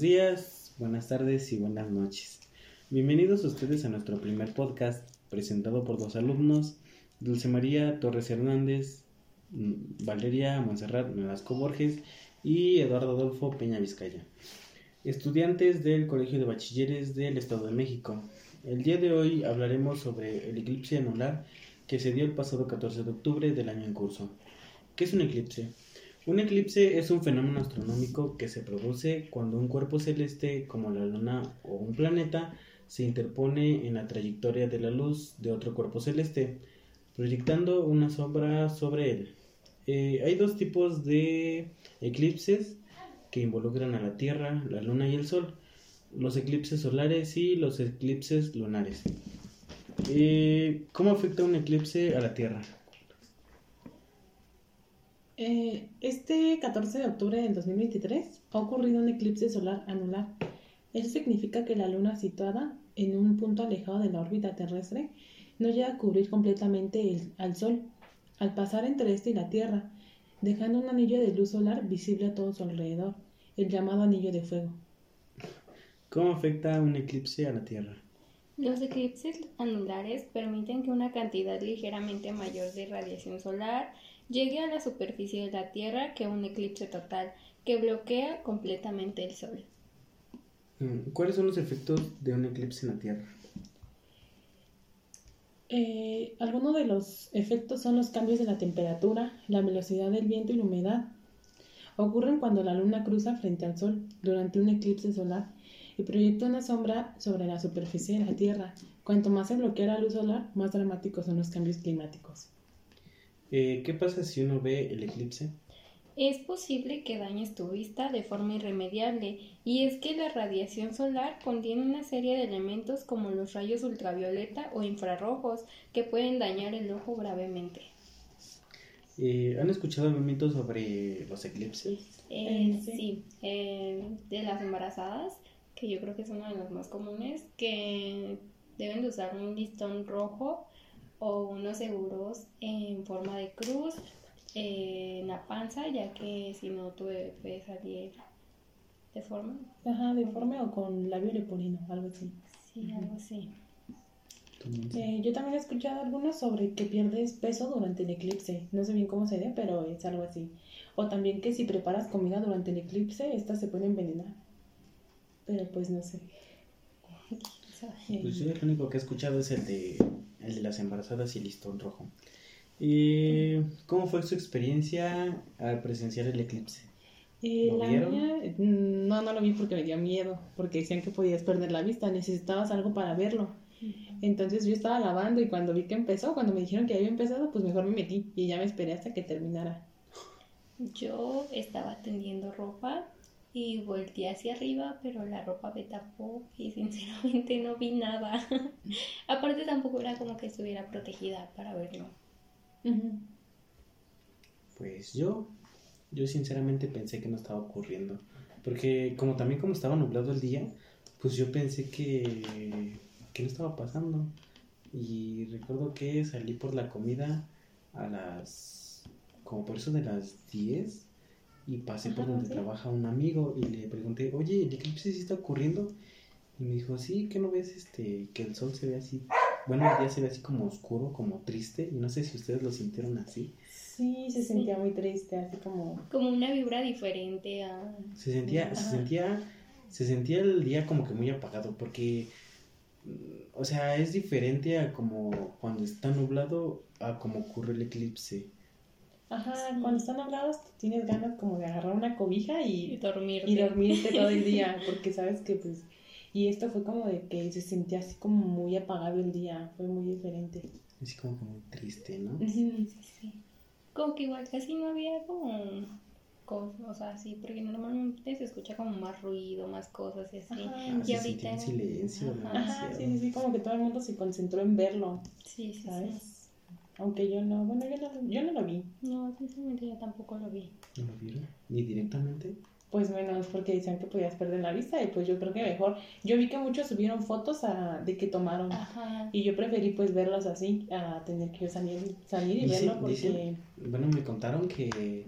días, buenas tardes y buenas noches. Bienvenidos ustedes a nuestro primer podcast presentado por dos alumnos, Dulce María Torres Hernández, Valeria Montserrat Velasco Borges y Eduardo Adolfo Peña Vizcaya, estudiantes del Colegio de Bachilleres del Estado de México. El día de hoy hablaremos sobre el eclipse anular que se dio el pasado 14 de octubre del año en curso. ¿Qué es un eclipse? Un eclipse es un fenómeno astronómico que se produce cuando un cuerpo celeste como la luna o un planeta se interpone en la trayectoria de la luz de otro cuerpo celeste, proyectando una sombra sobre él. Hay dos tipos de eclipses que involucran a la Tierra, la Luna y el Sol: los eclipses solares y los eclipses lunares. ¿Cómo afecta un eclipse a la Tierra? Este 14 de octubre del 2023 ha ocurrido un eclipse solar anular. Eso significa que la luna situada en un punto alejado de la órbita terrestre no llega a cubrir completamente al Sol al pasar entre este y la Tierra, dejando un anillo de luz solar visible a todo su alrededor, el llamado anillo de fuego. ¿Cómo afecta un eclipse a la Tierra? Los eclipses anulares permiten que una cantidad ligeramente mayor de radiación solar llegue a la superficie de la Tierra que un eclipse total, que bloquea completamente el Sol. ¿Cuáles son los efectos de un eclipse en la Tierra? Algunos de los efectos son los cambios de la temperatura, la velocidad del viento y la humedad. Ocurren cuando la luna cruza frente al Sol durante un eclipse solar y proyecta una sombra sobre la superficie de la Tierra. Cuanto más se bloquea la luz solar, más dramáticos son los cambios climáticos. ¿Qué pasa si uno ve el eclipse? Es posible que dañes tu vista de forma irremediable, y es que la radiación solar contiene una serie de elementos como los rayos ultravioleta o infrarrojos que pueden dañar el ojo gravemente. ¿Han escuchado algún mito sobre los eclipses? Sí, de las embarazadas, que yo creo que es uno de los más comunes, que deben de usar un listón rojo o unos seguros en forma de cruz en la panza, ya que si no tu bebé puede salir deforme. Deforme o con labio leporino, algo así. Sí, algo así. Yo también he escuchado algunos sobre que pierdes peso durante el eclipse. No sé bien cómo se ve, pero es algo así. O también que si preparas comida durante el eclipse, esta se puede envenenar. Pero pues no sé. Pues yo el único que he escuchado es el de las embarazadas y el listón rojo. ¿Cómo fue su experiencia al presenciar el eclipse? ¿Lo vieron? Mía, no lo vi porque me dio miedo, porque decían que podías perder la vista, necesitabas algo para verlo. Entonces yo estaba lavando y cuando vi que empezó, cuando me dijeron que había empezado, pues mejor me metí y ya me esperé hasta que terminara. Yo estaba tendiendo ropa y volteé hacia arriba, pero la ropa me tapó y sinceramente no vi nada. Aparte tampoco era como que estuviera protegida para verlo. Pues yo sinceramente pensé que no estaba ocurriendo, porque como estaba nublado el día, pues yo pensé que no estaba pasando. Y recuerdo que salí por la comida como por eso de las 10 y pasé por donde trabaja un amigo y le pregunté, oye, ¿el eclipse sí está ocurriendo? Y me dijo, sí, ¿qué no ves que el sol se ve así? Bueno, el día se ve así como oscuro, como triste, y no sé si ustedes lo sintieron así. Sí, se sentía muy triste, así como una vibra diferente a... Se sentía el día como que muy apagado, porque, o sea, es diferente a como cuando está nublado a como ocurre el eclipse. Cuando están nublados tienes ganas como de agarrar una cobija y dormirte todo el día, porque sabes que pues... Y esto fue como de que se sentía así como muy apagado el día, fue muy diferente. Así como muy triste, ¿no? Sí. Como que igual casi no había como cosas, o sea, sí, porque normalmente se escucha como más ruido, más cosas y así. Y se ahorita en silencio. Sí, como que todo el mundo se concentró en verlo. Sí, ¿sabes? sí. Aunque yo no lo vi. No, sinceramente yo tampoco lo vi. ¿No lo vieron? ¿Ni directamente? Pues menos porque decían que podías perder la vista y pues yo creo que mejor. Yo vi que muchos subieron fotos de que tomaron. Y yo preferí pues verlos así a tener que salir y verlo porque... Bueno, me contaron que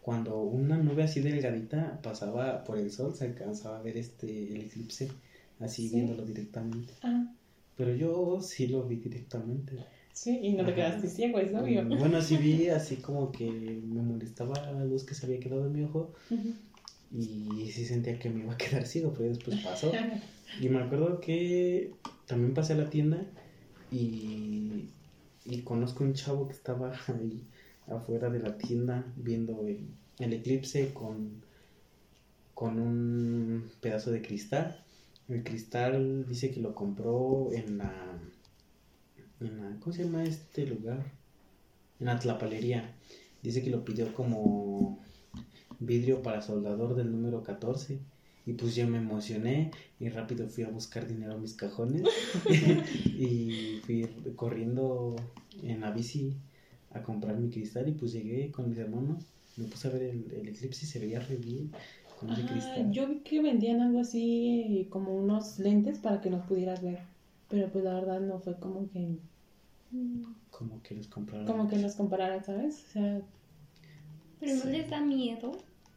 cuando una nube así delgadita pasaba por el sol, se alcanzaba a ver el eclipse, así ¿Sí? viéndolo directamente. Ah, Pero yo sí lo vi directamente. sí, y no te Ajá. quedaste ciego, es obvio. Bueno, sí vi así como que me molestaba la luz que se había quedado en mi ojo Ujú. y sí sentía que me iba a quedar ciego, pero después pasó. Y me acuerdo que también pasé a la tienda y conozco un chavo que estaba ahí afuera de la tienda viendo el eclipse con un pedazo de cristal. El cristal dice que lo compró en la ¿cómo se llama este lugar? En la tlapalería. Dice que lo pidió como vidrio para soldador del número 14. Y pues yo me emocioné y rápido fui a buscar dinero en mis cajones y fui corriendo en la bici a comprar mi cristal y pues llegué con mis hermanos, me puse a ver el eclipse y se veía re bien con ese Ajá, cristal. yo vi que vendían algo así como unos lentes para que nos pudieras ver, pero pues la verdad no fue como que Como que los compraron. como que nos compararan, ¿sabes? O sea, Pero no les da miedo.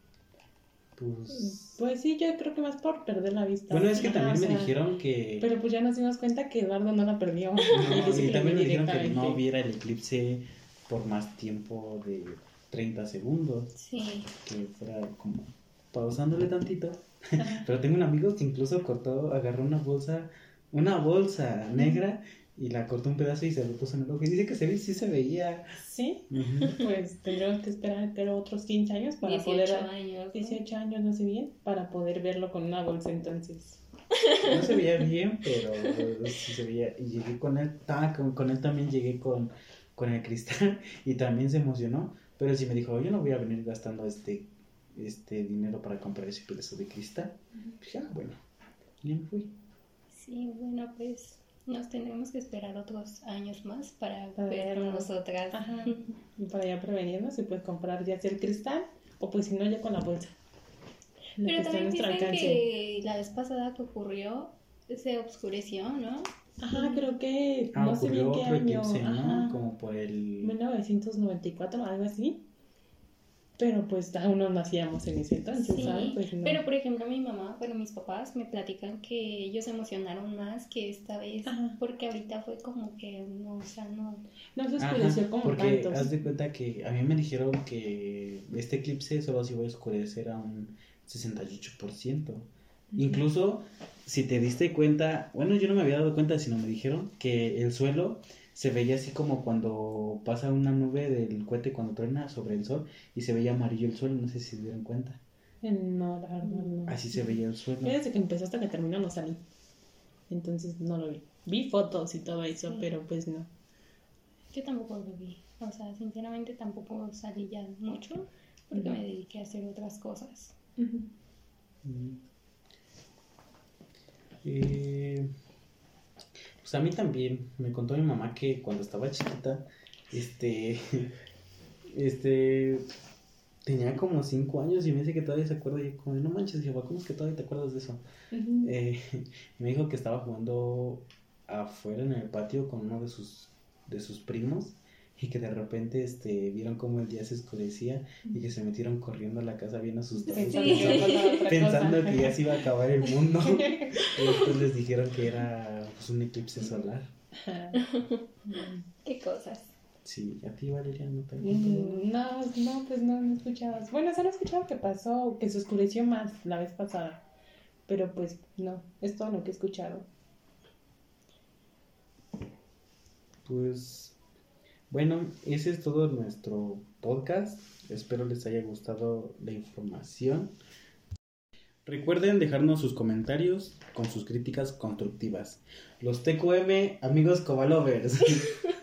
pues sí, yo creo que más por perder la vista. Bueno, es que Ajá, también o me sea, dijeron que... Pero pues ya nos dimos cuenta que Eduardo no la perdió. No, dice y que lo también vi me dijeron que no directamente. viera el eclipse por más tiempo de 30 segundos. Sí. Que fuera como pausándole tantito. Ajá. Pero tengo un amigo que incluso agarró una bolsa negra y la cortó un pedazo y se lo puso en el ojo. Y dice que sí se veía. Sí, Ujú. pues tendremos que esperar creo otros 15 años para 18 poder... años. ¿no? 18 años, no sé bien, para poder verlo con una bolsa entonces. No se veía bien, pero sí se veía. Y llegué con él, con él también llegué con el cristal y también se emocionó. Pero sí me dijo, yo no voy a venir gastando este dinero para comprar ese pedazo de cristal. Dije, bueno, ya me fui. Sí, bueno, pues nos tendremos que esperar otros años más para Para ver verlo. nosotras. Ajá. Y para ya prevenirnos, y pues comprar ya sea el cristal o pues si no, ya con la bolsa. Lo Pero que esté a también nuestro dicen alcance. que la vez pasada que ocurrió se oscureció, ¿no? Ajá, creo que no sé bien Ocurrió qué otro año. eclipse, ¿no? Ajá. Como por el... 1994, algo así. Pero pues aún no nacíamos en ese entonces, Sí, ¿sabes? Pues no. pero por ejemplo mi mamá, bueno, mis papás me platican que ellos se emocionaron más que esta vez, Ajá. porque ahorita fue como que no, o sea, no. No se Ajá, oscureció como porque tantos. haz de cuenta que a mí me dijeron que este eclipse solo se iba a oscurecer a un 68%. Incluso, si te diste cuenta, bueno, yo no me había dado cuenta, sino me dijeron que el suelo se veía así como cuando pasa una nube del cohete cuando truena sobre el sol y se veía amarillo el suelo, no sé si se dieron cuenta. No, la verdad no. Así se veía el suelo. Yo desde que empezó hasta que terminó no salí. Entonces no lo vi. Vi fotos y todo eso, Sí. pero pues no. Yo tampoco lo vi, o sea, sinceramente tampoco salí ya mucho, porque me dediqué a hacer otras cosas. Mm. Pues a mí también me contó mi mamá que cuando estaba chiquita, tenía como 5 años y me dice que todavía se acuerda y yo como, no manches, jefa, ¿cómo es que todavía te acuerdas de eso? Me dijo que estaba jugando afuera en el patio con uno de sus primos y que de repente vieron cómo el día se oscurecía y que se metieron corriendo a la casa bien asustados, pensando que ya se iba a acabar el mundo. Y después les dijeron que era pues, un eclipse solar. ¿Qué cosas? Sí, a ti Valeria no te No, pues no he escuchado. Bueno, solo he escuchado que pasó, que se oscureció más la vez pasada. Pero pues no, es todo lo que he escuchado. Pues bueno, ese es todo nuestro podcast. Espero les haya gustado la información. Recuerden dejarnos sus comentarios con sus críticas constructivas. Los TQM, amigos Covalovers.